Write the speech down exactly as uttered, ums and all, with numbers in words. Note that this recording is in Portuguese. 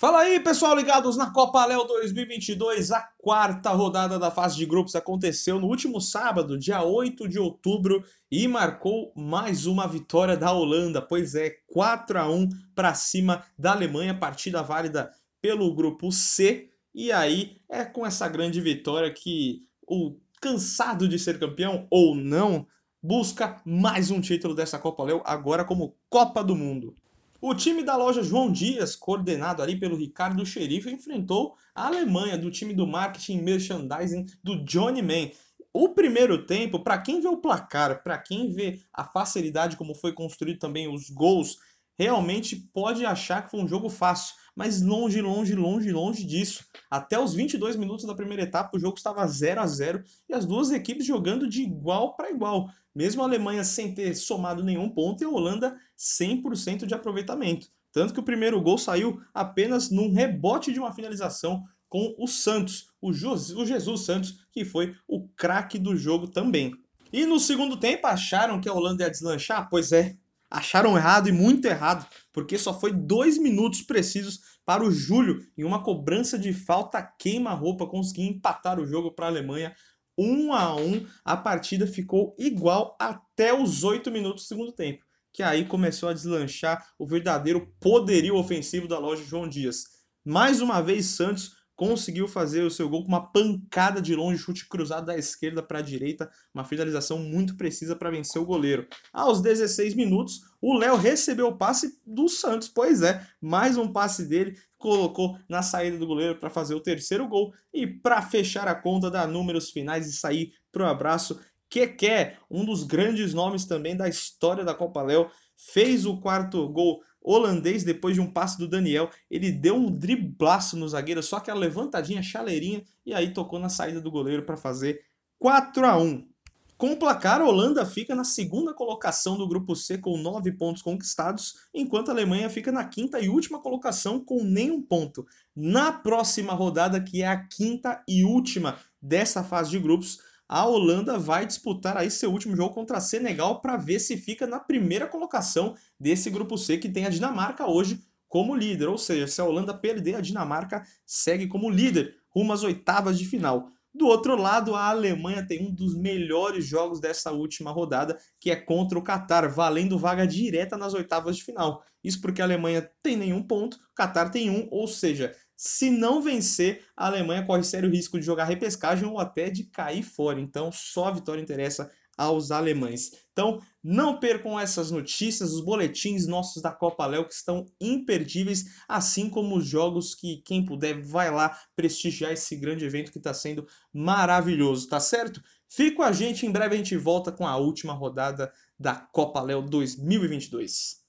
Fala aí, pessoal, ligados na Copa Léo dois mil e vinte e dois. A quarta rodada da fase de grupos aconteceu no último sábado, dia oito de outubro, e marcou mais uma vitória da Holanda. Pois é, quatro a um para cima da Alemanha, partida válida pelo grupo C. E aí é com essa grande vitória que o cansado de ser campeão ou não busca mais um título dessa Copa Léo, agora como Copa do Mundo. O time da loja João Dias, coordenado ali pelo Ricardo Xerife, enfrentou a Alemanha, do time do marketing e merchandising do Johnny Man. O primeiro tempo, para quem vê o placar, para quem vê a facilidade como foi construído também os gols, realmente pode achar que foi um jogo fácil, mas longe, longe, longe, longe disso. Até os vinte e dois minutos da primeira etapa, o jogo estava zero a zero e as duas equipes jogando de igual para igual. Mesmo a Alemanha sem ter somado nenhum ponto e a Holanda cem por cento de aproveitamento. Tanto que o primeiro gol saiu apenas num rebote de uma finalização com o Santos, o Jesus Santos, que foi o craque do jogo também. E no segundo tempo acharam que a Holanda ia deslanchar? Pois é, acharam errado e muito errado, porque só foi dois minutos precisos para o Júlio, em uma cobrança de falta queima-roupa, conseguir empatar o jogo para a Alemanha. um a um, a partida ficou igual até os oito minutos do segundo tempo, que aí começou a deslanchar o verdadeiro poderio ofensivo da loja João Dias. Mais uma vez, Santos conseguiu fazer o seu gol com uma pancada de longe, chute cruzado da esquerda para a direita, uma finalização muito precisa para vencer o goleiro. Aos dezesseis minutos, o Léo recebeu o passe do Santos, pois é, mais um passe dele, colocou na saída do goleiro para fazer o terceiro gol, e para fechar a conta, dar números finais e sair pro abraço, Keké, um dos grandes nomes também da história da Copa Léo, fez o quarto gol holandês depois de um passe do Daniel. Ele deu um driblaço no zagueiro, só aquela levantadinha, chaleirinha, e aí tocou na saída do goleiro para fazer quatro a um. Com o placar, a Holanda fica na segunda colocação do grupo C com nove pontos conquistados, enquanto a Alemanha fica na quinta e última colocação com nenhum ponto. Na próxima rodada, que é a quinta e última dessa fase de grupos, a Holanda vai disputar aí seu último jogo contra a Senegal para ver se fica na primeira colocação desse grupo C, que tem a Dinamarca hoje como líder. Ou seja, se a Holanda perder, a Dinamarca segue como líder rumo às oitavas de final. Do outro lado, a Alemanha tem um dos melhores jogos dessa última rodada, que é contra o Catar, valendo vaga direta nas oitavas de final. Isso porque a Alemanha tem nenhum ponto, o Catar tem um, ou seja, se não vencer, a Alemanha corre sério risco de jogar repescagem ou até de cair fora. Então, só a vitória interessa aos alemães. Então, não percam essas notícias, os boletins nossos da Copa Léo, que estão imperdíveis, assim como os jogos que quem puder vai lá prestigiar esse grande evento que está sendo maravilhoso, tá certo? Fica com a gente, em breve a gente volta com a última rodada da Copa Léo dois mil e vinte e dois.